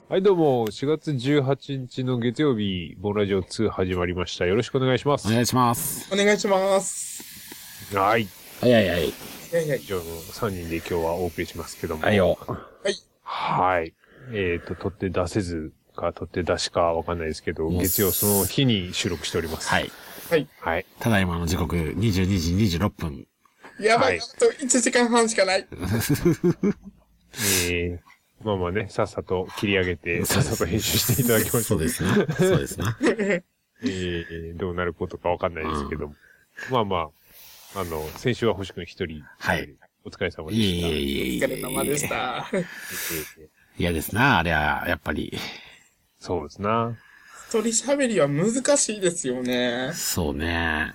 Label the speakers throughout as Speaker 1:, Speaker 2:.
Speaker 1: はい、どうも、4月18日の月曜日、ボンラジオ2始まりました。よろしくお願いします。
Speaker 2: お願いします。
Speaker 3: お願いします。
Speaker 1: はい。
Speaker 2: はいはいはい。
Speaker 3: いやいや、
Speaker 1: 以上の3人で今日はお送りしますけども。
Speaker 2: はいよ。
Speaker 1: はい。取って出せずか、取って出しかわかんないですけど、月曜その日に収録しております。
Speaker 2: はい。
Speaker 3: はい。
Speaker 1: はい。
Speaker 2: ただいまの時刻22時26分。
Speaker 3: やばい、
Speaker 1: はい、
Speaker 3: あと1時間半しかない。
Speaker 1: まあまあね、さっさと切り上げて、さっさと編集していただきましょう。
Speaker 2: そうですな。そうですな。
Speaker 1: どうなることかわかんないですけども。まあまあ、先週は星くん一人。
Speaker 2: はい。
Speaker 1: お疲れ様でした。
Speaker 3: お疲れ様でした。
Speaker 2: 嫌ですな、あれは、やっぱり。
Speaker 1: そうですな。
Speaker 3: 一人喋りは難しいですよね。
Speaker 2: そうね。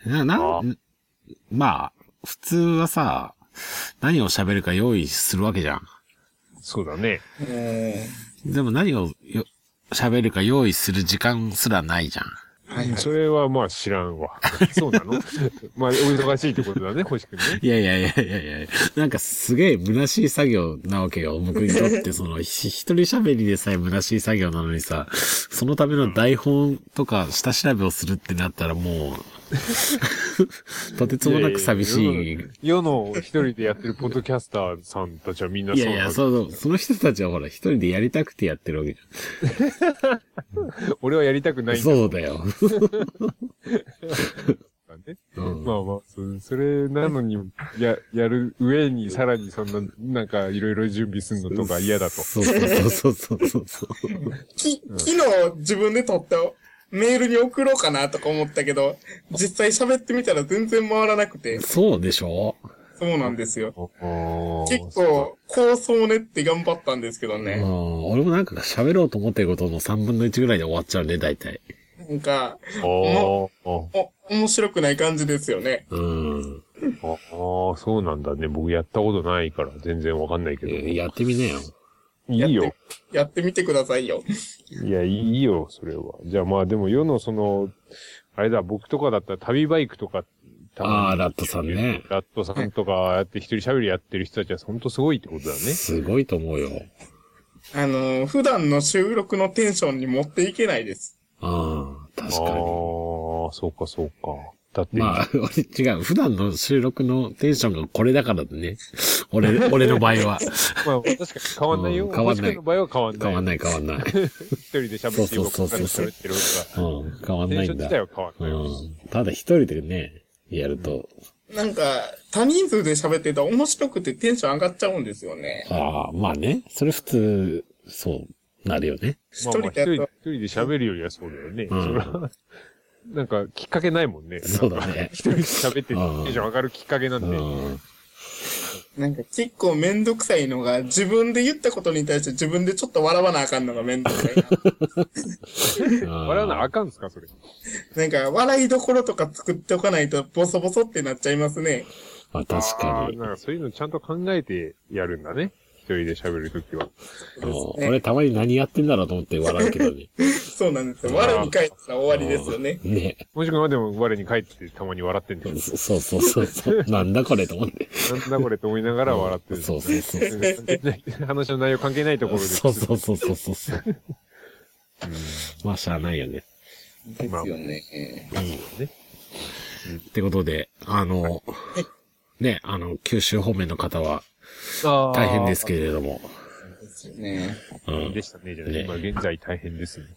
Speaker 2: まあ、普通はさ、何を喋るか用意するわけじゃん。
Speaker 1: そうだね。
Speaker 2: でも何を喋るか用意する時間すらないじゃん。
Speaker 3: はい、はい。
Speaker 1: それはまあ知らんわ。そうなのまあ、お忙しいってことだね、星くんね。
Speaker 2: いや。なんかすげえ虚しい作業なわけよ。僕にとって、一人喋りでさえ虚しい作業なのにさ、そのための台本とか下調べをするってなったらもう、とてつもなく寂しい。
Speaker 1: 世の一人でやってるポッドキャスターさんたちはみんなそうなんだ。
Speaker 2: その人たちはほら、一人でやりたくてやってるわけじ
Speaker 1: ゃん。俺はやりたくないんだ。
Speaker 2: そうだよ。
Speaker 1: まあまあ、それなのに、やる上にさらにそんな、なんかいろいろ準備するのとか嫌だと。
Speaker 2: そう。
Speaker 3: 昨日自分で撮ったメールに送ろうかなとか思ったけど、実際喋ってみたら全然回らなくて。
Speaker 2: そうでしょ？
Speaker 3: そうなんですよ。結構、構想練って頑張ったんですけどね。
Speaker 2: 俺もなんか喋ろうと思ってることの3分の1ぐらいで終わっちゃうね、大体。
Speaker 3: なんか、面白くない感じですよね。
Speaker 1: そうなんだね。僕やったことないから全然わかんないけど。
Speaker 2: やってみなよ。
Speaker 1: いいよ。
Speaker 3: やってみてくださいよ。
Speaker 1: いや、いいよ、それは。じゃあまあでも世のあれだ、僕とかだったら旅バイクとか、
Speaker 2: ラットさんね。
Speaker 1: ラットさんとかやって一人喋りやってる人たちはほんとすごいってことだね。
Speaker 2: すごいと思うよ。
Speaker 3: 普段の収録のテンションに持っていけないです。
Speaker 2: 確かに。
Speaker 1: そうか。だって。
Speaker 2: まあ、俺違う。普段の収録のテンションがこれだからだね。俺の場合は。
Speaker 1: まあ、確かに変わんないよ。
Speaker 2: 変わんない。
Speaker 1: の場合は変わんない。
Speaker 2: 変わんない。
Speaker 1: 一人で喋ってる僕から喋ってるから。
Speaker 2: 変わんないんだ。
Speaker 1: テンション自体は変わんない。
Speaker 2: ただ一人でね、やると。
Speaker 3: なんか、多人数で喋ってたら面白くてテンション上がっちゃうんですよね。
Speaker 2: まあね。それ普通、そうなるよね。
Speaker 1: 一人で喋るよりはそうだよね。なんか、きっかけないもんね。
Speaker 2: そうだね。
Speaker 1: 一人で喋ってテンション上がるきっかけなんで。
Speaker 3: なんか結構めんどくさいのが、自分で言ったことに対して自分でちょっと笑わなあかんのがめんどくさい
Speaker 1: な。笑わなあかんすか、それ。
Speaker 3: なんか、笑いどころとか作っておかないとボソボソってなっちゃいますね。
Speaker 2: 確かに。
Speaker 1: なんかそういうのちゃんと考えてやるんだね。一人で喋るときは。
Speaker 2: 俺たまに何やってんだろうと思って笑うけどね。
Speaker 3: そうなんですよ。我に返ったら終わりですよね。
Speaker 1: ね。もしくはでも我に返ってたまに笑ってんだよ。
Speaker 2: そう。なんだこれと思って。
Speaker 1: なんだこれと思いながら笑ってる。
Speaker 2: そう。
Speaker 1: 話の内容関係ないところで。
Speaker 2: そう。まあ、しゃあないよね。
Speaker 3: ですよね。
Speaker 2: ってことで、ね、九州方面の方は、大変ですけれども。
Speaker 3: ですよね。
Speaker 1: でしたね、じゃあ、今現在大変ですね。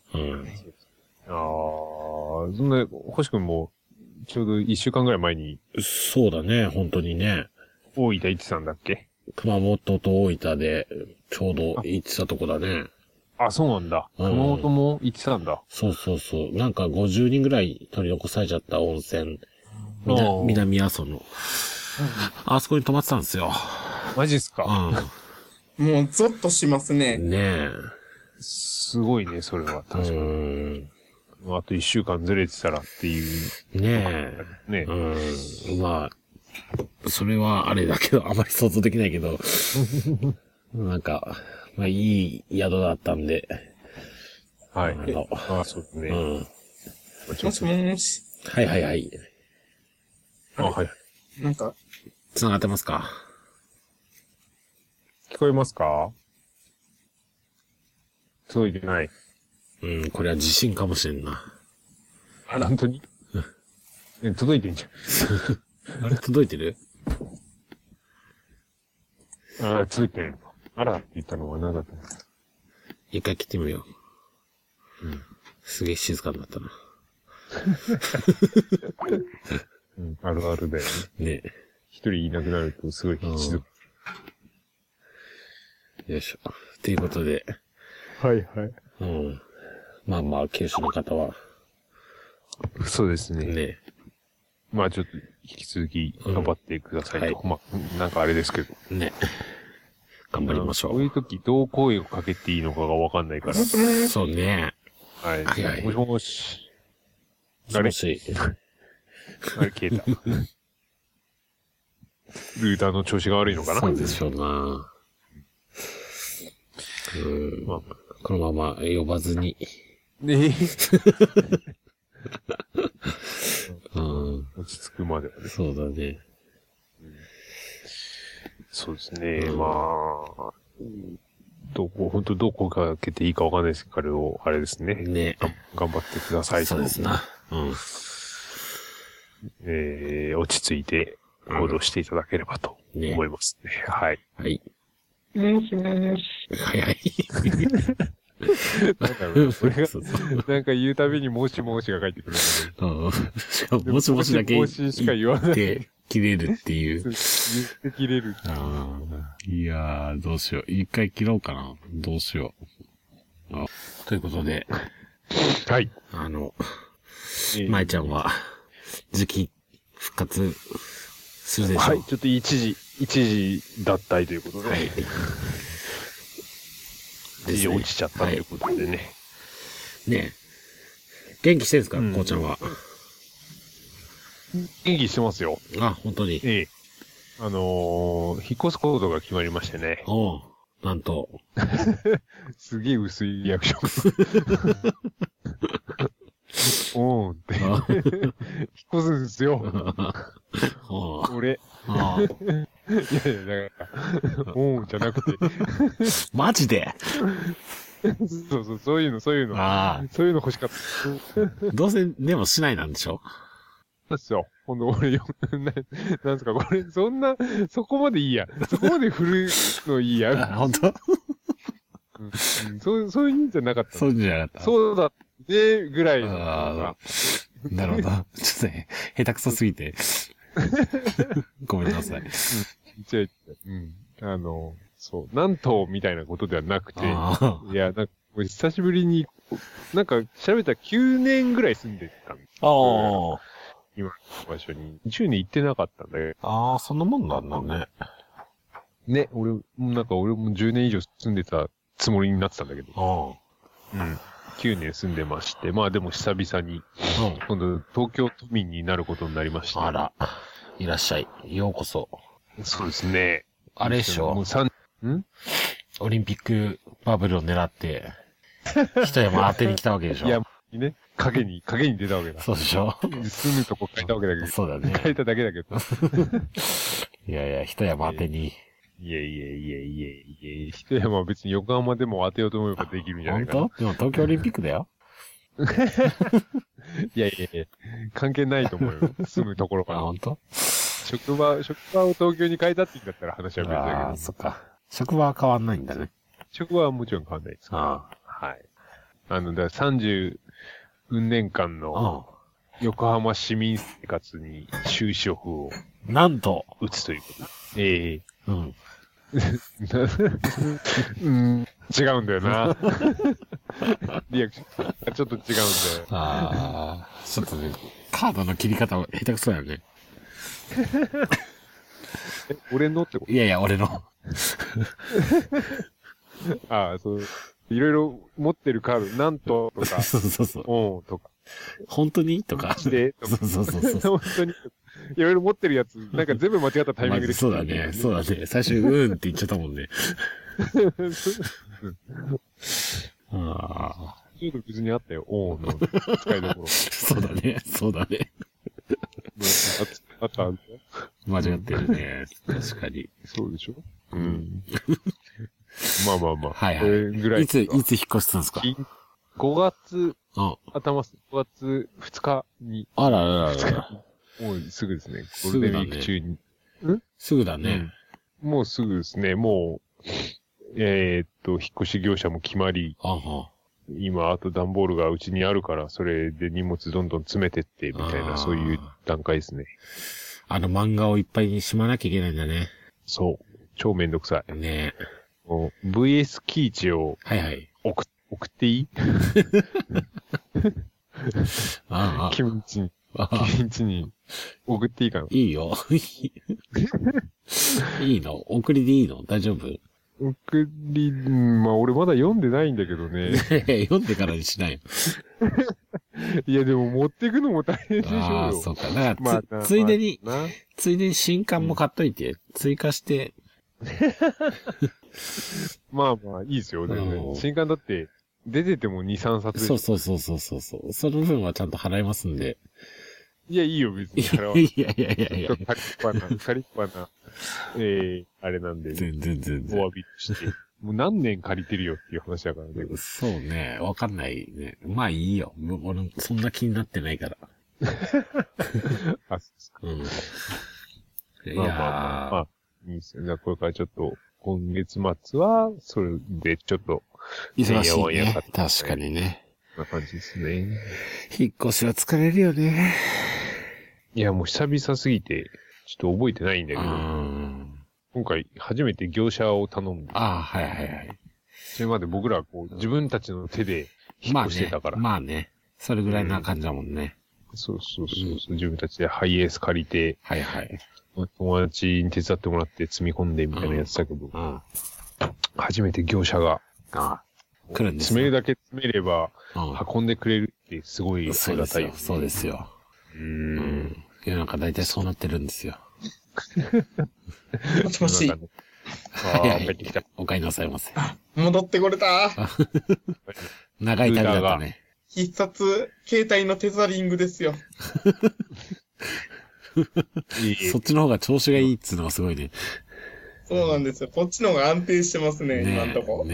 Speaker 1: そんな、星くんも、ちょうど1週間ぐらい前に。
Speaker 2: そうだね、本当にね。
Speaker 1: 大分行ってたんだっけ？
Speaker 2: 熊本と大分で、ちょうど行ってたとこだね。
Speaker 1: そうなんだ。熊本も行ってたんだ。
Speaker 2: そう。なんか50人ぐらい取り残されちゃった温泉。南阿蘇の。あそこに泊まってたんですよ。
Speaker 1: マジっすか？
Speaker 3: もうゾッとしますね。
Speaker 2: ねえ。
Speaker 1: すごいね、それは。確かに。あと1週間ずれてたらっていう。
Speaker 2: ねえ。まあ、それはあれだけど、あまり想像できないけど。なんか、まあいい宿だったんで。
Speaker 1: はい。そうですね。
Speaker 3: もしもし。
Speaker 2: はい。
Speaker 1: はい。
Speaker 3: なんか。
Speaker 2: 繋がってますか？
Speaker 1: 聞こえますか？ 届いてない。
Speaker 2: うん、これは地震かもしれんな。
Speaker 1: あら、本当に届いてんじ
Speaker 2: あれ届いてる？
Speaker 1: ゃん。あ、届いてる。あらって言ったのは何だったの？
Speaker 2: 一回切ってみよう。うん。すげえ静かになったな。
Speaker 1: うん、あるあるだよね。
Speaker 2: ね
Speaker 1: 一人いなくなるとすごい静か。
Speaker 2: よいしょ。ということで。
Speaker 1: はいはい。
Speaker 2: うん。まあまあ、九州の方は。
Speaker 1: そうですね。
Speaker 2: ね
Speaker 1: まあちょっと引き続き頑張ってくださいと。
Speaker 2: うんはい
Speaker 1: まあ、なんかあれですけど。
Speaker 2: ね。頑張りましょう。
Speaker 1: こういう時どう声をかけていいのかがわかんないから。
Speaker 2: そうね。
Speaker 1: はい。
Speaker 2: はいはい
Speaker 1: もしもし。
Speaker 2: もし。
Speaker 1: あれ消えた。ルーターの調子が悪いのかな？
Speaker 2: そうでしょうな。
Speaker 1: まあ、
Speaker 2: このまま呼ばずに。
Speaker 1: ね
Speaker 2: うん。
Speaker 1: 落ち着くまではね。
Speaker 2: そうだね。
Speaker 1: そうですね。
Speaker 2: うん
Speaker 1: まあ、本当どこかけていいかわかんないですけど、彼を、あれですね。
Speaker 2: ね。
Speaker 1: 頑張ってくださいと。
Speaker 2: そうですな。うん。
Speaker 1: 落ち着いて行動していただければと思いますね。はい。
Speaker 2: はい。
Speaker 3: もしもし。
Speaker 2: 早い。
Speaker 1: なんだろうな、それが、
Speaker 2: そうそう
Speaker 1: なんか言うたびにもしもしが返ってくるんだけど。
Speaker 2: うん。しかも、もしもしだけ
Speaker 1: もししか言わない
Speaker 2: で、切れるっていう。
Speaker 1: 言って切れる。
Speaker 2: ああ。いやー、どうしよう。一回切ろうかな。どうしよう。ということで、
Speaker 1: はい。
Speaker 2: 舞ちゃんは、次期復活するでしょう。
Speaker 1: はい。ちょっと一時脱退ということで。
Speaker 2: はい。
Speaker 1: 一時落ちちゃったということでね。
Speaker 2: ねえ。元気してるんですか、
Speaker 1: うん
Speaker 2: こうちゃんは。
Speaker 1: 元気してますよ。
Speaker 2: あ、本当に。
Speaker 1: ええ。引っ越すことが決まりましてね。
Speaker 2: おう。なんと。
Speaker 1: すげえ薄いリアクション。おーんって。引っ越すんですよ。
Speaker 2: おう。
Speaker 1: 俺。
Speaker 2: ああ
Speaker 1: いやいや、だから、おーんじゃなくて。
Speaker 2: マジで
Speaker 1: そうそう、そういうの。
Speaker 2: ああ。
Speaker 1: そういうの欲しかった。
Speaker 2: どうせ、でもしないなんでしょ
Speaker 1: そうですよ。ほんと、俺なんすか、これ、そこまでいいや。そこまで振るのいいや。
Speaker 2: あ、本当
Speaker 1: そういうんじゃなかった。
Speaker 2: そうじゃなかった。
Speaker 1: そうだね、ぐらいのが。
Speaker 2: ああ。なるほど。ちょっとね、下手くそすぎて。ごめんなさい。
Speaker 1: 違う、そう、なんと、みたいなことではなくて、
Speaker 2: あ
Speaker 1: いや、なんか、久しぶりに、なんか、調べたら9年ぐらい住んでたんです。
Speaker 2: あ。あ
Speaker 1: 今の場所に。10年行ってなかったんだけど。
Speaker 2: あ。ああ、そんなもんなんだね。
Speaker 1: ね、俺も10年以上住んでたつもりになってたんだけど。
Speaker 2: あ
Speaker 1: うん。9年住んでまして、まあでも久々に、
Speaker 2: あ。
Speaker 1: 今度東京都民になることになりまして。
Speaker 2: あら。いらっしゃい。ようこそ。
Speaker 1: そうですね。
Speaker 2: あれでしょ
Speaker 1: もう
Speaker 2: オリンピックバブルを狙って、一山当てに来たわけでしょ。
Speaker 1: いや、ね、影に出たわけだ。
Speaker 2: そうでしょ
Speaker 1: 住むとこ変えたわけだけど。
Speaker 2: そうだね。
Speaker 1: 変えただけだけど。
Speaker 2: いやいや、一山当てに。
Speaker 1: いや、一山は別に横浜でも当てようと思えばできるんじゃな
Speaker 2: 本
Speaker 1: いかな。
Speaker 2: 当でも東京オリンピックだよ。
Speaker 1: いや、関係ないと思うよ。住むところか
Speaker 2: あ、
Speaker 1: ら。
Speaker 2: 本当
Speaker 1: 職場を東京に変えたって言うんだったら話は別だけ
Speaker 2: ああ、
Speaker 1: ど。
Speaker 2: そっか。職場は変わんないんだね。
Speaker 1: 職場はもちろん変わんないです。
Speaker 2: あ
Speaker 1: はい。だから30年間
Speaker 2: あ。
Speaker 1: の横浜市民生活に終止符を
Speaker 2: なんと。
Speaker 1: 打つということで。
Speaker 2: うん。
Speaker 1: 違うんだよな。リアクション。ちょっと違うんだよ。
Speaker 2: ああ。ちょっとね、カードの切り方は下手くそだよね。
Speaker 1: 俺のってこ
Speaker 2: いやいや、俺の。
Speaker 1: とああ、そう。いろいろ持ってるカード、なんととか、
Speaker 2: そうそうそう。
Speaker 1: おーとか、
Speaker 2: 本当にとか。
Speaker 1: してとか、
Speaker 2: そうそうそうそう。
Speaker 1: 本当に、いろいろ持ってるやつ、なんか全部間違ったタイミングで
Speaker 2: そうだね。そうだね。最初、って言っちゃったもんね。ああ。
Speaker 1: ちょっと別にあったよ、おーの使いどころ。
Speaker 2: そうだね。そうだね。
Speaker 1: あった。
Speaker 2: 間違ってるね。確かに。
Speaker 1: そうでしょ
Speaker 2: うん。
Speaker 1: まあまあまあ。
Speaker 2: はいはい
Speaker 1: これぐらい。
Speaker 2: いつ引っ越したんですか？
Speaker 1: 5月、
Speaker 2: あ、
Speaker 1: 5月2日に、
Speaker 2: あらららら。
Speaker 1: もうすぐですね。ゴールデンウィーク中に。
Speaker 2: すぐだね。
Speaker 1: もうすぐですね。もう、引っ越し業者も決まり、
Speaker 2: あは。
Speaker 1: 今、あと段ボールがうちにあるから、それで荷物どんどん詰めてって、みたいな、そういう段階ですね。
Speaker 2: 漫画をいっぱいにしまなきゃいけないんだね。
Speaker 1: そう。超めんどくさい。
Speaker 2: ね
Speaker 1: もう VS キーチを
Speaker 2: はいはい。
Speaker 1: 送っていい
Speaker 2: ああ。
Speaker 1: 君んちに、
Speaker 2: ああ
Speaker 1: 君んちに送っていいかな？
Speaker 2: いいよ。いいの？送りでいいの？大丈夫？
Speaker 1: まあ俺まだ読んでないんだけどね。
Speaker 2: 読んでからにしないよ。
Speaker 1: いやでも持ってくのも大変でしょうよ。
Speaker 2: ああ、そうか。だから
Speaker 1: まあ
Speaker 2: ついでに、
Speaker 1: な
Speaker 2: ついでに新刊も買っといて、追加して。
Speaker 1: まあまあいいですよ、全然。新刊だって出てても2、3冊でしょ。
Speaker 2: そう。その分はちゃんと払いますんで。
Speaker 1: いや、いいよ、別に。
Speaker 2: いや。
Speaker 1: 借りっぱな、あれなんで、
Speaker 2: 全然。
Speaker 1: お詫びして。もう何年借りてるよっていう話だからね。
Speaker 2: そうね、わかんないね。まあいいよ。俺、そんな気になってないから。
Speaker 1: あ、そうですか。
Speaker 2: うん。
Speaker 1: まあ、いいですよ。じゃあこれからちょっと、今月末は、それでちょっと、
Speaker 2: 忙しいね。確かにね。
Speaker 1: こんな感じですね。
Speaker 2: 引っ越しは疲れるよね。
Speaker 1: いや、もう久々すぎて、ちょっと覚えてないんだけど、今回初めて業者を頼んで。
Speaker 2: ああ、はい。
Speaker 1: それまで僕らはこう、自分たちの手で引っ越してたから。
Speaker 2: まあね。それぐらいな感じだもんね。
Speaker 1: そう。自分たちでハイエース借りて、
Speaker 2: はい。
Speaker 1: 友達に手伝ってもらって積み込んでみたいなやつだけど、初めて業者が、
Speaker 2: 来るんですよ。
Speaker 1: 詰めるだけ詰めれば、運んでくれるってすごいありがたいよね。
Speaker 2: そうですよ。世の中大体そうなってるんですよ。
Speaker 3: もしもし。
Speaker 1: 帰ってきた。
Speaker 2: お帰りなさいませ。
Speaker 3: 戻ってこれた。
Speaker 2: 長い旅だったね。
Speaker 3: 必殺、携帯のテザリングですよ。
Speaker 2: そっちの方が調子がいいっつうのがすごいね。
Speaker 3: そうなんですよ。こっちの方が安定してますね、今んとこ。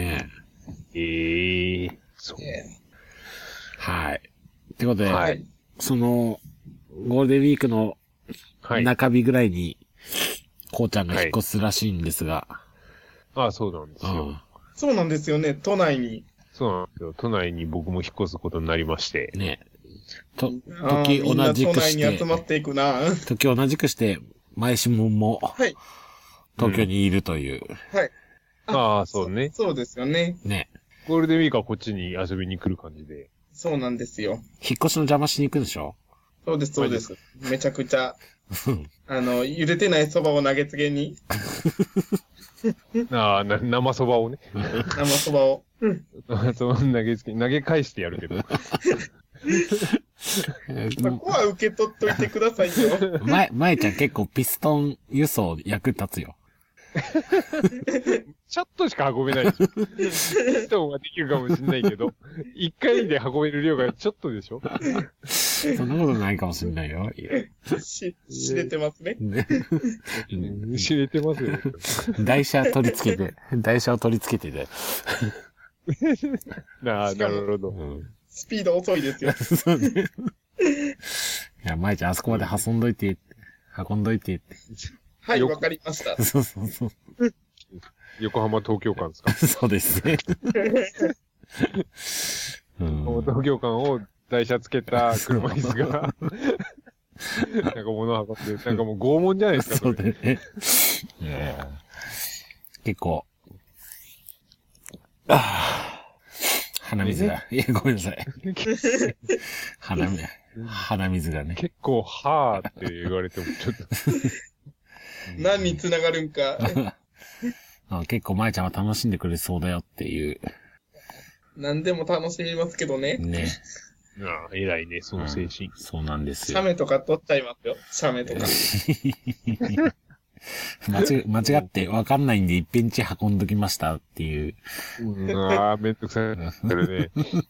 Speaker 1: そう。
Speaker 2: はい。ってことで、その、ゴールデンウィークの中日ぐらいに、こうちゃんが引っ越すらしいんですが。
Speaker 1: ああ、そうなんですよ。
Speaker 3: そうなんですよね、都内に。
Speaker 1: そうなんですよ。都内に僕も引っ越すことになりまして。
Speaker 2: ね。時同じくして。
Speaker 3: 都内に集まっていくな。
Speaker 2: 時同じくして、前下も、東京にいるという。
Speaker 3: はい。
Speaker 1: ああ、そうね。
Speaker 3: そうですよね。
Speaker 2: ね。
Speaker 1: ゴールデンウィークはこっちに遊びに来る感じで。
Speaker 3: そうなんですよ。
Speaker 2: 引っ越しの邪魔しに行くんでしょ？
Speaker 3: そうです。めちゃくちゃ、茹でてない蕎麦を投げつけに。
Speaker 1: ああ、生蕎麦をね。
Speaker 3: 生蕎麦を。
Speaker 1: 投げ返してやるけど。
Speaker 3: そこは受け取っといてくださいよ。
Speaker 2: 前ちゃん結構ピストン輸送役立つよ。
Speaker 1: ちょっとしか運べないでしょ。ピストンはできるかもしれないけど、一回で運べる量がちょっとでしょ。
Speaker 2: そんなことないかもしれないよ。
Speaker 3: 知れてますね。
Speaker 1: 知れてますよ。
Speaker 2: 台車を取り付けてで。
Speaker 1: なるほど。
Speaker 3: スピード遅いですよ。
Speaker 2: そうね。いや、舞ちゃんあそこまで運んどいて。
Speaker 3: はい、わかりました。
Speaker 2: そう。
Speaker 1: 横浜東京間ですか？
Speaker 2: そうですね。
Speaker 1: 東京間を台車つけた車椅子が、なんか物運んで、なんかもう拷問じゃないですか。
Speaker 2: そうだね。結構、鼻水が。いや、ごめんなさい。鼻水がね。
Speaker 1: 結構、はーって言われてもちょっと。
Speaker 3: 何に繋がるんか。
Speaker 2: 結構、舞ちゃんは楽しんでくれそうだよっていう。
Speaker 3: 何でも楽しみますけどね。
Speaker 2: ね。
Speaker 1: ああ、偉いね、その精神。
Speaker 2: そうなんですよ。
Speaker 3: 写メとか撮っちゃいますよ。写メとか。
Speaker 2: 間違ってわかんないんで一ペンチ運んどきましたっていう。
Speaker 1: ああ、めんどくさい。それね。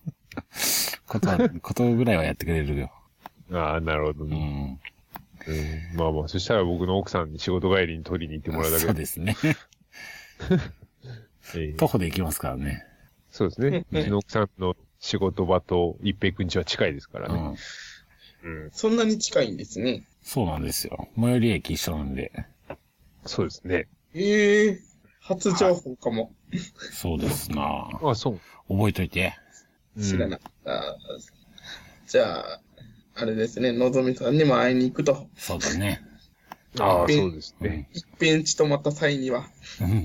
Speaker 2: ことぐらいはやってくれるよ。
Speaker 1: ああ、なるほどね。まあ、そしたら僕の奥さんに仕事帰りに取りに行ってもらうだけ。
Speaker 2: そうですね。 徒歩で行きますからね。
Speaker 1: そうですね。うちの奥さんの仕事場と一平くん家は近いですからね。
Speaker 3: そんなに近いんですね。
Speaker 2: そうなんですよ。最寄り駅一緒なんで。
Speaker 1: そうですね。
Speaker 3: 初情報かも。
Speaker 2: そうですな。
Speaker 1: あ、そう。
Speaker 2: 覚えといて。
Speaker 3: 知らなかった。じゃあ、あれですね、のぞみさんにも会いに行くと。
Speaker 2: そうだね。
Speaker 1: ああ、そうですね。
Speaker 3: 一遍地止まった際には。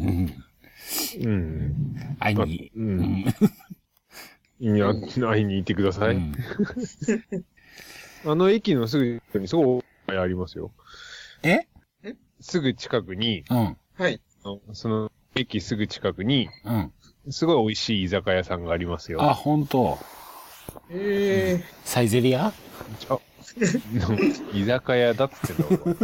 Speaker 2: 会いに。
Speaker 1: いや、会いに行ってください。駅のすぐにすごいありますよ。すぐ近くに、
Speaker 3: はい。
Speaker 1: その駅すぐ近くに、すごい美味しい居酒屋さんがありますよ。
Speaker 2: あ、ほんと。サイゼリア？
Speaker 1: 居酒屋だっつってんだ、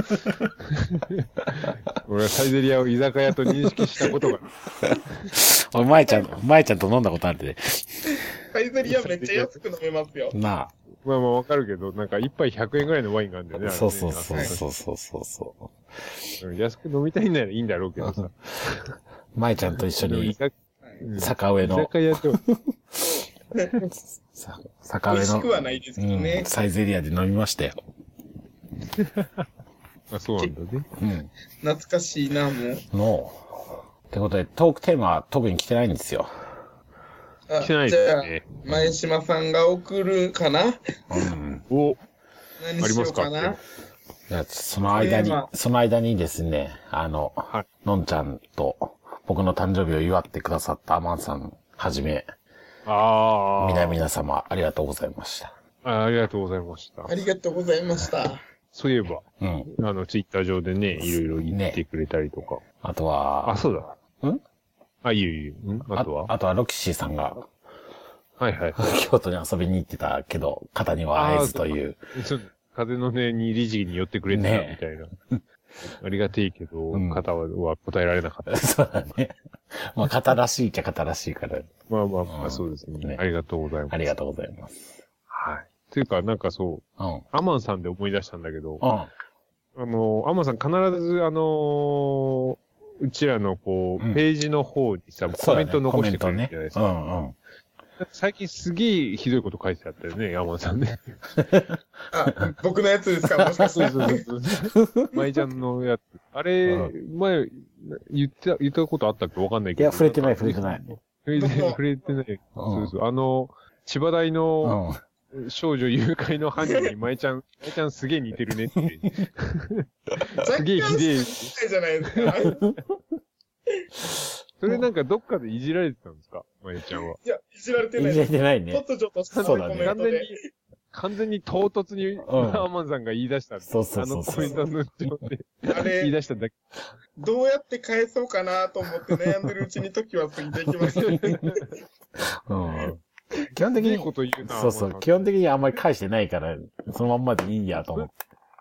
Speaker 1: 俺はサイゼリアを居酒屋と認識したことが。
Speaker 2: 俺、舞ちゃんと飲んだことあるで。
Speaker 3: サイゼリアめっちゃ安く飲めますよ。
Speaker 2: なあ。
Speaker 1: まあわかるけど、なんか一杯100円ぐらいのワインがあるんだよね。
Speaker 2: そう。
Speaker 1: 安く飲みたいんならいいんだろうけどさ。
Speaker 2: 舞ちゃんと一緒に、坂上の。
Speaker 1: 居酒屋と。
Speaker 2: 坂上の。
Speaker 3: 美味しくはないですけどね。
Speaker 2: サイゼリアで飲みましたよ。
Speaker 1: あ、そうなんだね。
Speaker 3: 懐かしいな、もう。
Speaker 2: の。ってことで、トークテーマは特に来てないんですよ。
Speaker 1: 来てないですね。
Speaker 3: じゃあ、前島さんが送るかな？
Speaker 1: お、
Speaker 3: 何しようかな？
Speaker 2: じゃあ、その間にですね、のんちゃんと僕の誕生日を祝ってくださったアマンさんはじめ、皆様ありがとうございました。
Speaker 1: ありがとうございました。
Speaker 3: ありがとうございました。
Speaker 1: そういえば、ツイッター上でね、いろいろ言ってくれたりとか。
Speaker 2: あとは、
Speaker 1: あ、そうだ。いい。あとは
Speaker 2: あとはロキシーさんが、
Speaker 1: はいはい。
Speaker 2: 京都に遊びに行ってたけど、方には会えずという。
Speaker 1: 風の音に律儀に寄ってくれてたみたいな。ありがていけど、方は答えられなかった。
Speaker 2: そうだね。まあ、方らしいっちゃ方らしいから。
Speaker 1: まあ、そうですね。ありがとうございます。
Speaker 2: ありがとうございます。
Speaker 1: はい。というか、なんかそう、アマンさんで思い出したんだけど、アマンさん必ずうちらのページの方にさ、コメント残してくれるじゃないですか。最近すげえひどいこと書いてあったよね、アマンさんね。
Speaker 3: 僕のやつですか、もしかして。
Speaker 1: そう。舞ちゃんのやつ。あれ、前、言ったことあったっけわかんないけど。
Speaker 2: いや、触れてない。
Speaker 1: 触れてない。そう。千葉大の少女誘拐の犯人に舞ちゃんすげえ似てるねって。すげえひでえ。
Speaker 3: じゃないですか。
Speaker 1: それなんかどっかでいじられてたんですか舞ちゃんは。
Speaker 3: いや、いじられてない。
Speaker 2: いじられてないね。
Speaker 3: 突如とした
Speaker 2: コメン
Speaker 3: トで。
Speaker 1: 完全に唐突にアマンさんが言い出したんで。
Speaker 2: そう。
Speaker 1: コメントの上で言い出しただけ。
Speaker 3: どうやって返そうかなと思って悩んでるうちに時は過ぎていきました。
Speaker 2: 基本的に、
Speaker 1: そう。
Speaker 2: 基本的にあんまり返してないから、そのまんまでいいんやと思って。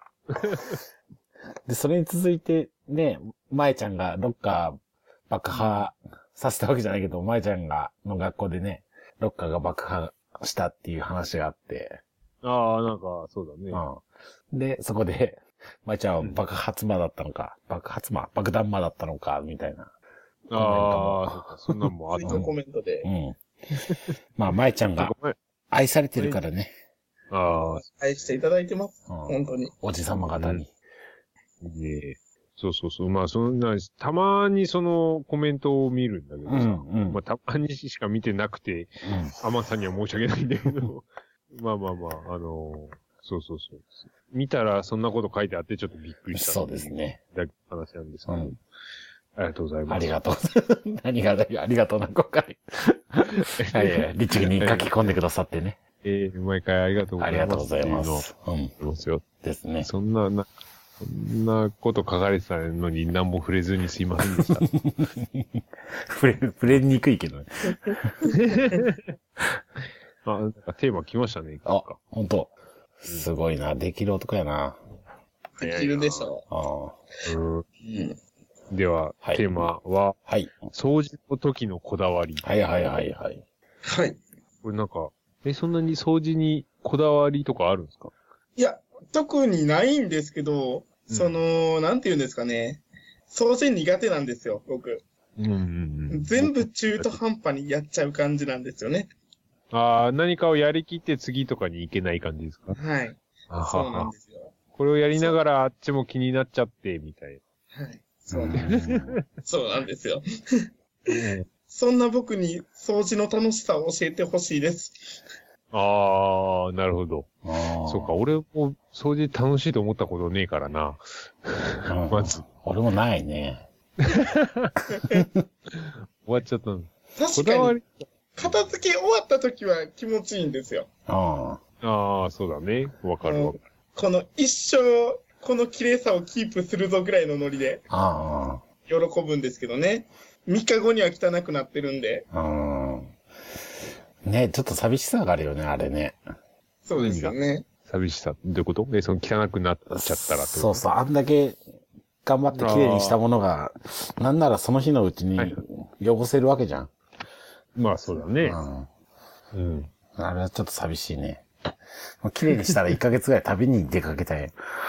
Speaker 2: で、それに続いて、ね、舞ちゃんがどっか爆破させたわけじゃないけど、舞ちゃんの学校でね、どっかが爆破したっていう話があって。
Speaker 1: なんか、そうだね。
Speaker 2: で、そこで、舞ちゃんは爆発魔だったのか、爆弾魔だったのか、みたいな。
Speaker 1: そんなんもあった。
Speaker 3: コメントで。
Speaker 2: まあ、舞ちゃんが愛されてるからね。
Speaker 3: 愛していただいてます。本当に。
Speaker 2: おじさま方に。
Speaker 1: そう。まあ、たまにそのコメントを見るんだけどさ。まあ、たまにしか見てなくて、アマンさんには申し訳ないんだけど。まあ、そう。見たらそんなこと書いてあってちょっとびっくりした。
Speaker 2: そうですね。
Speaker 1: だけ話なんですけど。ありがとうございます。
Speaker 2: ありがとう。何がありがとうな、今回。律儀に書き込んでくださってね。
Speaker 1: 毎回ありがとうございます。
Speaker 2: ありがとうございます。
Speaker 1: ますよ。
Speaker 2: ですね。
Speaker 1: そんなこと書かれてたのに何も触れずにすいませんでした。
Speaker 2: 触れにくいけどね。
Speaker 1: なんかテーマ来ましたね。
Speaker 2: ほんと。すごいな。できる男やな。
Speaker 3: できるでしょ。
Speaker 1: では、テーマは、掃除の時のこだわり。
Speaker 2: はい。
Speaker 1: これなんか、そんなに掃除にこだわりとかあるんですか？
Speaker 3: いや、特にないんですけど、なんて言うんですかね。掃除苦手なんですよ、僕。 全部中途半端にやっちゃう感じなんですよね。
Speaker 1: ああ、何かをやりきって次とかに行けない感じですか？
Speaker 3: はい。そうなんですよ。
Speaker 1: これをやりながらあっちも気になっちゃって、みたい
Speaker 3: な。はい。そうなんです。そうなんですよ。そんな僕に掃除の楽しさを教えてほしいです。
Speaker 1: ああ、なるほど。そうか、俺も掃除楽しいと思ったことねえからな。まず。
Speaker 2: 俺もないね。
Speaker 1: 終わっちゃったの。
Speaker 3: 確かに。片付け終わった時は気持ちいいんですよ。
Speaker 1: ああ、そうだね。わかるわかる。
Speaker 3: この一生、この綺麗さをキープするぞぐらいのノリで、喜ぶんですけどね。3日後には汚くなってるんで。
Speaker 2: ね、ちょっと寂しさがあるよね、あれね。
Speaker 3: そうですよね。
Speaker 1: 寂しさ、どういうこと？その汚くなっちゃったらってこと？
Speaker 2: そうそう、あんだけ頑張って綺麗にしたものが、なんならその日のうちに汚せるわけじゃん。
Speaker 1: まあそうだね。
Speaker 2: あれはちょっと寂しいね。綺麗にしたら1ヶ月ぐらい旅に出かけたい。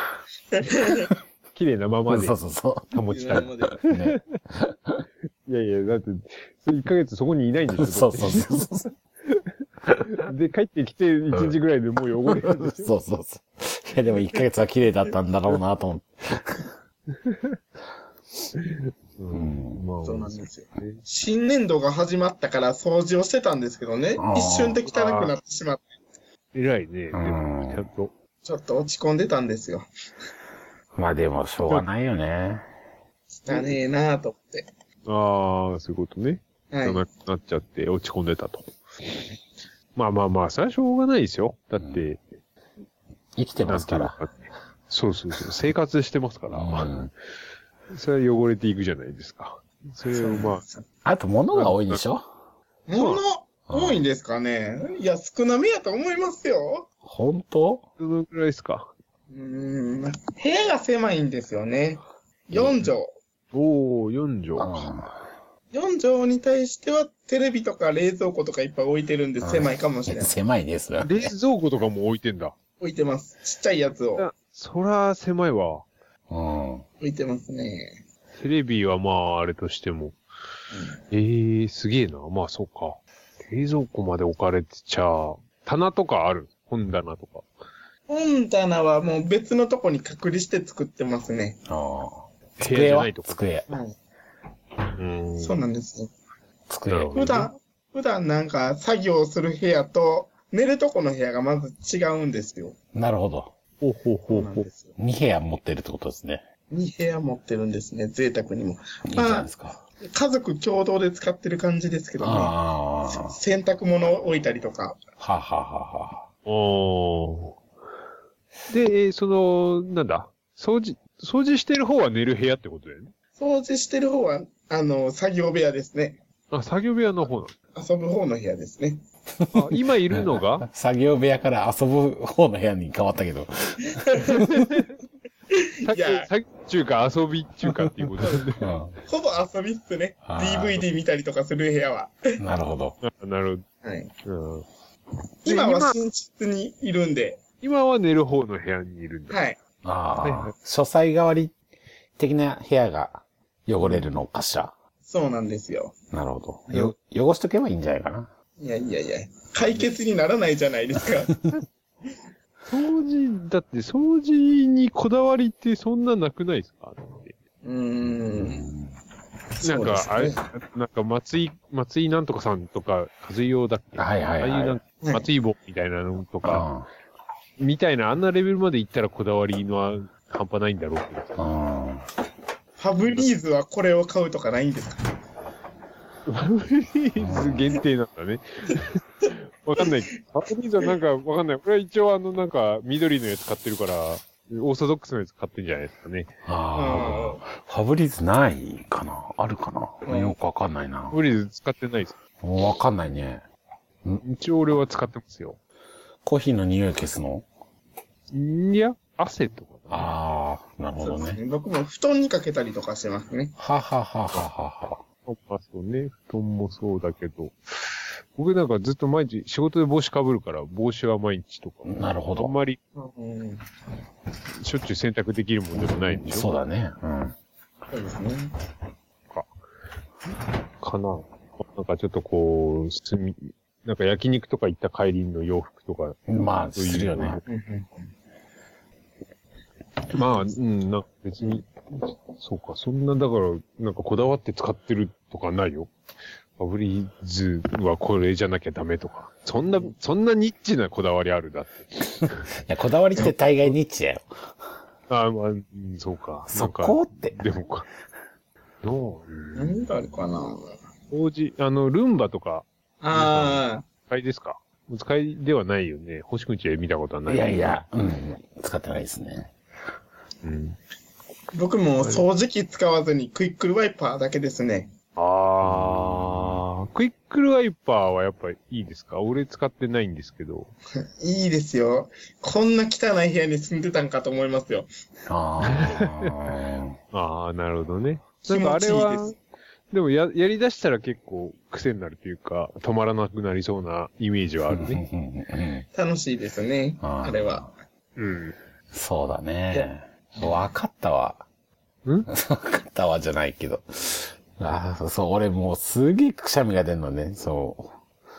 Speaker 1: 綺麗なままで。
Speaker 2: そうそうそう。
Speaker 1: 保ちたい。ね、いやいや、だって、1ヶ月そこにいないんでしょ？
Speaker 2: そうそうそう。
Speaker 1: で、帰ってきて1日ぐらいでもう汚れるんでしょ？
Speaker 2: そうそうそう。いやでも1ヶ月は綺麗だったんだろうなと思って。
Speaker 3: そうなんですよ。新年度が始まったから掃除をしてたんですけどね。一瞬で汚くなってしまって。
Speaker 1: 偉いね。でも、ちゃんと。
Speaker 3: ちょっと落ち込んでたんですよ。
Speaker 2: まあでも、しょうがないよね。
Speaker 3: 汚ねえなぁと思って。
Speaker 1: ああ、そういうことね。はい。汚くなっちゃって落ち込んでたと。まあまあまあ、それはしょうがないですよ。だって、
Speaker 2: 生きてますから。
Speaker 1: そうそうそう。生活してますから。それは汚れていくじゃないですか。それをま
Speaker 2: あ。あと物が多いでしょ？
Speaker 3: 物多いんですかね？いや、少なめやと思いますよ。
Speaker 2: 本当？
Speaker 1: どのくらいですか？
Speaker 3: 部屋が狭いんですよね。4畳。
Speaker 1: おー、4畳。
Speaker 3: 4畳に対してはテレビとか冷蔵庫とかいっぱい置いてるんで狭いかもしれない。
Speaker 2: 狭いですね。
Speaker 1: 冷蔵庫とかも置いてんだ。
Speaker 3: 置いてます。ちっちゃいやつを。
Speaker 1: そら狭いわ。
Speaker 3: 置いてますね。
Speaker 1: テレビはまあ、あれとしても。すげえな。まあ、そうか。冷蔵庫まで置かれてちゃ、棚とかある？本棚とか。
Speaker 3: 本棚はもう別のとこに隔離して作ってますね。
Speaker 2: 机は机。
Speaker 3: そうなんですよ。
Speaker 2: 机。
Speaker 3: 普段なんか作業する部屋と寝るとこの部屋がまず違うんですよ。
Speaker 2: なるほど。
Speaker 1: ほう。
Speaker 2: 2部屋持ってるってことですね。
Speaker 3: 2部屋持ってるんですね、贅沢にも。
Speaker 2: いいじゃないですか。
Speaker 3: 家族共同で使ってる感じですけどね。洗濯物を置いたりとか。
Speaker 1: で、なんだ、掃除してる方は寝る部屋ってことだよね。
Speaker 3: 掃除してる方は、作業部屋ですね。
Speaker 1: あ、作業部屋の方なの？
Speaker 3: 遊ぶ方の部屋ですね。
Speaker 1: 今いるのが
Speaker 2: 作業部屋から遊ぶ方の部屋に変わったけど。
Speaker 1: 中華遊び中華っていうことなんで。
Speaker 3: ほぼ遊びっすね。DVD 見たりとかする部屋は。
Speaker 2: なるほど。
Speaker 1: なるほど。
Speaker 3: はい。今は寝室にいるんで。
Speaker 1: 今は寝る方の部屋にいるんだ。
Speaker 3: はい。
Speaker 2: 書斎代わり的な部屋が汚れるのかしら。
Speaker 3: そうなんですよ。
Speaker 2: なるほど。汚しとけばいいんじゃないかな。
Speaker 3: いや。解決にならないじゃないですか。
Speaker 1: だって掃除にこだわりってそんななくないですか？なんか、あれ、なんか松井なんとかさんとか、和代だっけ？
Speaker 2: はい。
Speaker 1: ああいうなんか松井棒みたいなのとか、みたいな、あんなレベルまで行ったらこだわりのは半端ないんだろうけど。
Speaker 3: ファブリーズはこれを買うとかないんですか？
Speaker 1: ファブリーズ限定なんだね。わかんない。ファブリーズはなんかわかんない。これは一応なんか緑のやつ買ってるから、オーソドックスのやつ買ってんじゃないですかね。
Speaker 2: ファブリーズないかな？あるかな？よくわかんないな。
Speaker 1: ファブリーズ使ってないです。
Speaker 2: わかんないね。
Speaker 1: 一応俺は使ってますよ。
Speaker 2: コーヒーの匂い消すの？
Speaker 1: いや、汗とか。
Speaker 2: なるほどね。
Speaker 3: 僕も布団にかけたりとかしてますね。
Speaker 2: は。
Speaker 1: そうね。布団もそうだけど。僕なんかずっと毎日仕事で帽子被るから、帽子は毎日とか。
Speaker 2: なるほど。
Speaker 1: あんまり、しょっちゅう洗濯できるもんでもないんでしょ？
Speaker 2: そうだね。
Speaker 3: そうですね。
Speaker 1: かな。なんかちょっとこう、なんか焼肉とか行った帰りの洋服とか。
Speaker 2: まあ、するよね。
Speaker 1: まあ、別に、そうか、そんな、だから、なんかこだわって使ってるとかないよ。ファブリーズはこれじゃなきゃダメとか。そんなニッチなこだわりあるだって。
Speaker 2: いや、こだわりって大概ニッチだよ。
Speaker 1: ああ、まあ、そうか。
Speaker 2: そこって。
Speaker 1: でもか。
Speaker 3: 何があるかな
Speaker 1: ルンバとか。
Speaker 3: ああ。
Speaker 1: お使いですか？お使いではないよね。星口へ見たことはない。
Speaker 2: いや、使ってないですね。
Speaker 3: 僕も掃除機使わずにクイックルワイパーだけですね。
Speaker 1: クイックルワイパーはやっぱりいいですか？俺使ってないんですけど。
Speaker 3: いいですよ。こんな汚い部屋に住んでたんかと思いますよ。
Speaker 1: なるほどね。
Speaker 3: 気持ちいいです。
Speaker 1: でもやり出したら結構癖になるというか、止まらなくなりそうなイメージはあるね。
Speaker 3: 楽しいですね。あれは。
Speaker 2: そうだね。わかったわ。わかったわじゃないけど。そう、俺もうすげえくしゃみが出るのね。そう。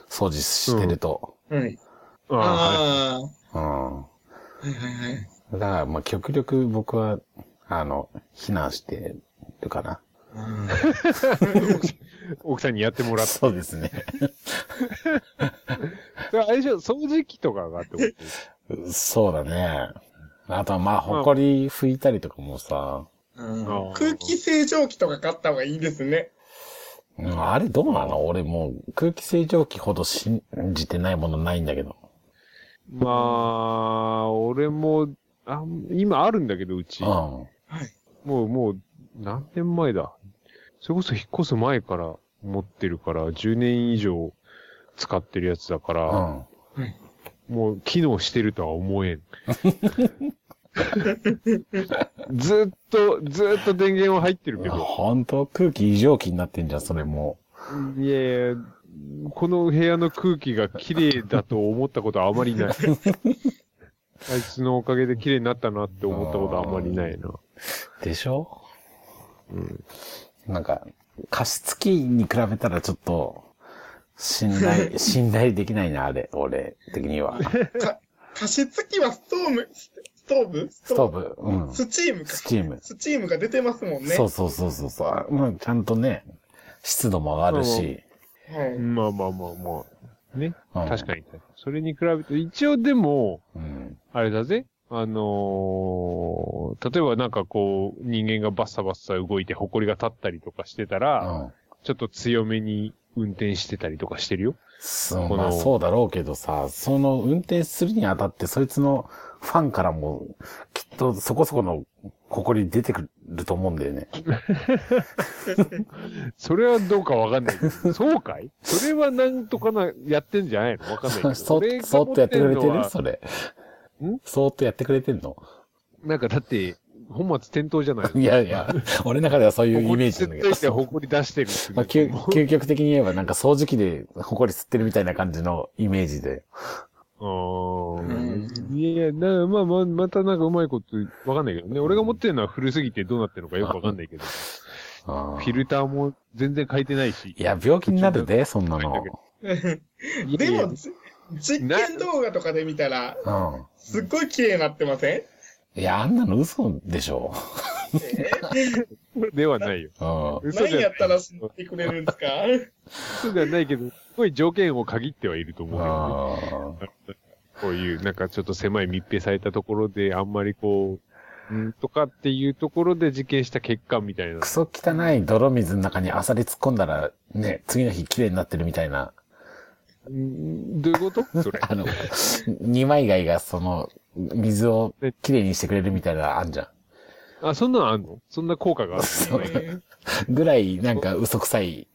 Speaker 2: 掃除してると。
Speaker 3: はい。
Speaker 2: はいはいはい。だから、まあ、極力僕は、避難してるかな。
Speaker 1: 奥さんにやってもらって。
Speaker 2: そうですね。
Speaker 1: あれでしょ、掃除機とかがあって
Speaker 2: も。そうだね。あとはまあ、埃拭いたりとかもさ。
Speaker 3: 空気清浄機とか買った方がいいですね。
Speaker 2: あれどうなの？俺もう空気清浄機ほど信じてないものないんだけど。
Speaker 1: まあ、俺も、今あるんだけど、うち。もう、何年前だ。それこそ引っ越す前から持ってるから、10年以上使ってるやつだから、もう機能してるとは思えん。ずっと電源は入ってるけど。
Speaker 2: 本当空気異常気になってんじゃん、それも。
Speaker 1: いやいや、この部屋の空気が綺麗だと思ったことはあまりない。あいつのおかげで綺麗になったなって思ったことはあまりないな。
Speaker 2: でしょ？なんか、加湿器に比べたらちょっと、信頼できないな、あれ、俺的には。
Speaker 3: 加湿器はストーブスチームか。
Speaker 2: スチ
Speaker 3: ームが出てますもんね。
Speaker 2: そう。まあ、ちゃんとね、湿度も上がるし。
Speaker 1: まあ。ね。確かに。それに比べて、一応でも、あれだぜ。例えばなんかこう、人間がバッサバッサ動いて埃が立ったりとかしてたら、ちょっと強めに運転してたりとかしてるよ。
Speaker 2: まあそうだろうけどさ、その運転するにあたってそいつのファンからもきっとそこそこの埃出てくると思うんだよね。
Speaker 1: それはどうかわかんないけど。そうかい？それはなんとかやってんじゃないの？わかんないけど。
Speaker 2: そーっとやってくれてる？それ。そーっとやってくれてんの？
Speaker 1: なんかだって、本末転倒じゃない？
Speaker 2: いや、俺の中ではそういうイメージなんだけど。
Speaker 1: 埃出してるって。
Speaker 2: まあ、究極的に言えばなんか掃除機で埃吸ってるみたいな感じのイメージで。
Speaker 1: いや、またなんかうまいことわかんないけどね。俺が持ってるのは古すぎてどうなってるのかよくわかんないけど。フィルターも全然変えてないし。
Speaker 2: いや、病気になるで、そんなの。
Speaker 3: でも、実験動画とかで見たら、すっごい綺麗になってません？
Speaker 2: いや、あんなの嘘でしょ。
Speaker 1: ではないよ。
Speaker 3: 何やったら知ってくれるんですか？
Speaker 1: 嘘ではないけど、すごい条件を限ってはいると思うよね。こういう、なんかちょっと狭い密閉されたところで、あんまりこう、とかっていうところで実験した結果みたいな。
Speaker 2: クソ汚い泥水の中にアサリ突っ込んだら、ね、次の日綺麗になってるみたいな。
Speaker 1: どういうことそれ。
Speaker 2: 二枚貝がその、水をきれいにしてくれるみたいなのあんじゃん。
Speaker 1: そんなのあんの？そんな効果がある
Speaker 2: の？ぐらいなんか嘘くさい。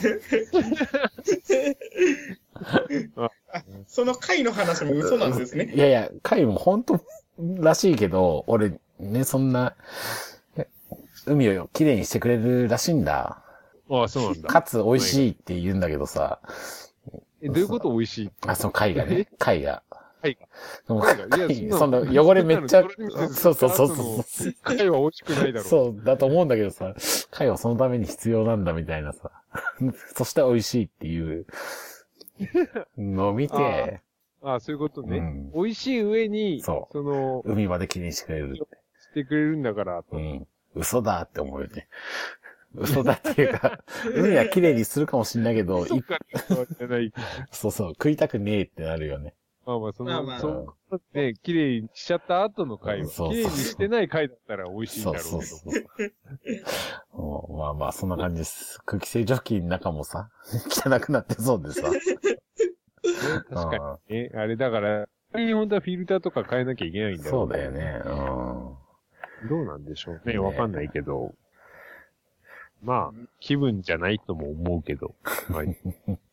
Speaker 3: その貝の話も嘘なんですね。
Speaker 2: いや、貝も本当らしいけど、俺ね、そんな、海をきれいにしてくれるらしいんだ。
Speaker 1: そうなんだ。
Speaker 2: かつ美味しいって言うんだけどさ。
Speaker 1: どういうこと美味しい？
Speaker 2: その貝がね。貝が。
Speaker 1: 貝
Speaker 2: が。いや、その汚れめっちゃ、そう。
Speaker 1: 貝は美味しくないだろう。
Speaker 2: そうだと思うんだけどさ、貝はそのために必要なんだみたいなさ。そして美味しいっていうのを見て。
Speaker 1: そういうことね。美味しい上に、
Speaker 2: 海まで気にしてくれる。
Speaker 1: してくれるんだから。
Speaker 2: 嘘だって思うよね。嘘だっていうか、海は綺麗にするかもしんないけど、そう食いたくねえってなるよね。
Speaker 1: ね、綺麗にしちゃった後の貝は、綺麗にしてない貝だったら美味しいんだろうけ
Speaker 2: ど。まあ、そんな感じです。空気清浄機の中もさ、汚くなってそうでさ。
Speaker 1: 確かにね。あれだから、本当はフィルターとか変えなきゃいけないんだよね。
Speaker 2: そうだよね。
Speaker 1: どうなんでしょうね。わかんないけど。まあ、気分じゃないとも思うけど。はい。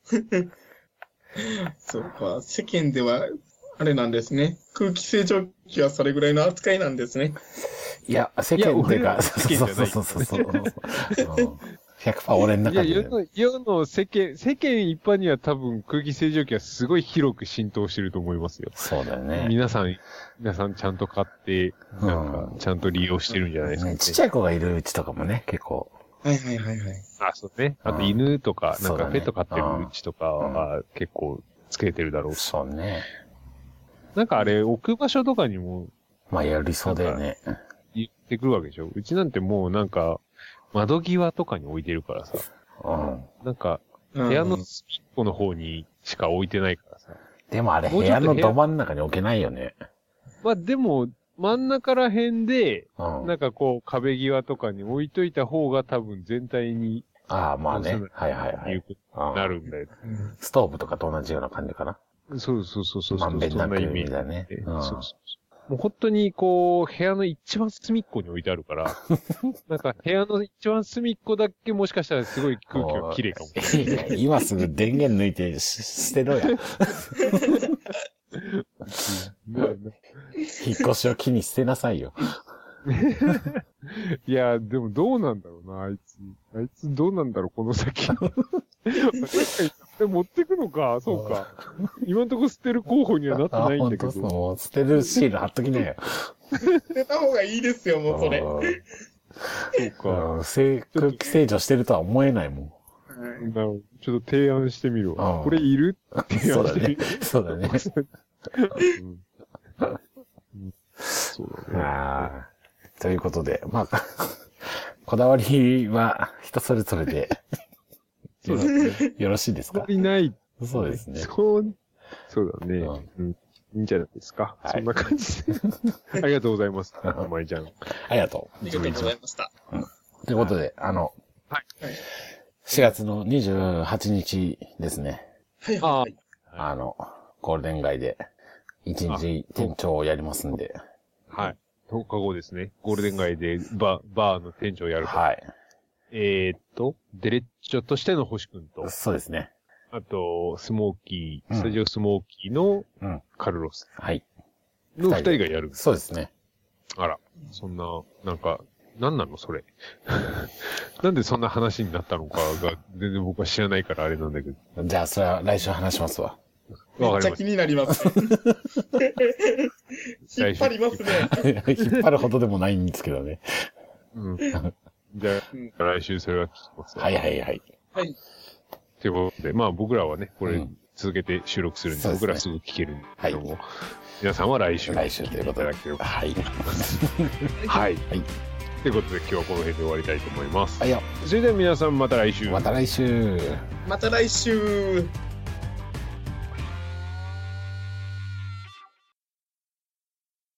Speaker 3: そうか。世間では、あれなんですね。空気清浄機はそれぐらいの扱いなんですね。
Speaker 2: いや、世間っていうか、そう。100% 俺の中で。
Speaker 1: いや、世の世間一般には多分空気清浄機はすごい広く浸透してると思いますよ。
Speaker 2: そうだよね。
Speaker 1: 皆さんちゃんと買って、なんか、ちゃんと利用してるんじゃないですかね。
Speaker 2: ちっちゃい子がいるうちとかもね、結構。
Speaker 3: はい。
Speaker 1: そうね。あと犬とか、なんかペット飼ってるうちとかは結構つけてるだろうし。
Speaker 2: そうね。
Speaker 1: なんかあれ、置く場所とかにも。
Speaker 2: まあ、やりそうだよね。
Speaker 1: 言ってくるわけでしょ。うちなんてもうなんか、窓際とかに置いてるからさ。なんか、部屋の隅っこの方にしか置いてないからさ。
Speaker 2: でもあれ、部屋のど真ん中に置けないよね。
Speaker 1: まあでも、真ん中ら辺で、なんかこう、壁際とかに置いといた方が多分全体に。
Speaker 2: まあね。はい。
Speaker 1: なるんだよ。
Speaker 2: ストーブとかと同じような感じかな。
Speaker 1: そう。
Speaker 2: まんべんなく意味だね。
Speaker 1: もう本当にこう、部屋の一番隅っこに置いてあるから、なんか部屋の一番隅っこだけもしかしたらすごい空気が綺麗かもしれない。
Speaker 2: 今すぐ電源抜いて捨てろや。引っ越しを機に捨てなさいよ。
Speaker 1: いや、でもどうなんだろうな、あいつどうなんだろう、この先。持ってくのか、そうか。今んとこ捨てる候補にはなってないんだけど。
Speaker 2: もう捨てるシール貼っときなよ。
Speaker 3: 捨てた方がいいですよ、もうそれ。
Speaker 1: そうか。
Speaker 2: 空気清浄してるとは思えないもん。
Speaker 1: ちょっと提案してみるわ。これいるって提案してみる。
Speaker 2: そうだね。
Speaker 1: そうだね。
Speaker 2: ということで、まあ、こだわりは人それぞれで。よろしいですか？
Speaker 1: ない。
Speaker 2: そうですね。
Speaker 1: そうだね。いいんじゃないですか。そんな感じで。ありがとうございます。お前ちゃん。
Speaker 2: ありがと
Speaker 3: う。ありがとうございました。
Speaker 2: ということで、4月の28日ですね。
Speaker 3: はい。
Speaker 2: ゴールデン街で、1日店長をやりますんで。
Speaker 1: はい。10日後ですね。ゴールデン街でバーの店長をやる。
Speaker 2: はい。
Speaker 1: デレッチョとしての星くんと。
Speaker 2: そうですね。
Speaker 1: あと、スタジオスモーキーのカルロス。
Speaker 2: はい。
Speaker 1: の2人がやる。
Speaker 2: そうですね。
Speaker 1: あら、そんな、なんか、なんなのそれ。なんでそんな話になったのかが全然僕は知らないからあれなんだけど。
Speaker 2: じゃあ、それは来週話しますわ。
Speaker 3: めっちゃ気になりますね。引っ張りますね。
Speaker 2: 引っ張るほどでもないんですけどね。
Speaker 1: じゃあ、来週それは聞きます。
Speaker 2: はい。
Speaker 1: ということで、まあ僕らはね、これ続けて収録するんで、僕らすぐ聞けるんですけども、皆さんは来週
Speaker 2: ということでいただければ。はい。
Speaker 1: はい。ということで今日はこの辺で終わりたいと思います。
Speaker 2: はいよ。
Speaker 1: それでは皆さんまた来週。
Speaker 2: また来週。
Speaker 3: また来週。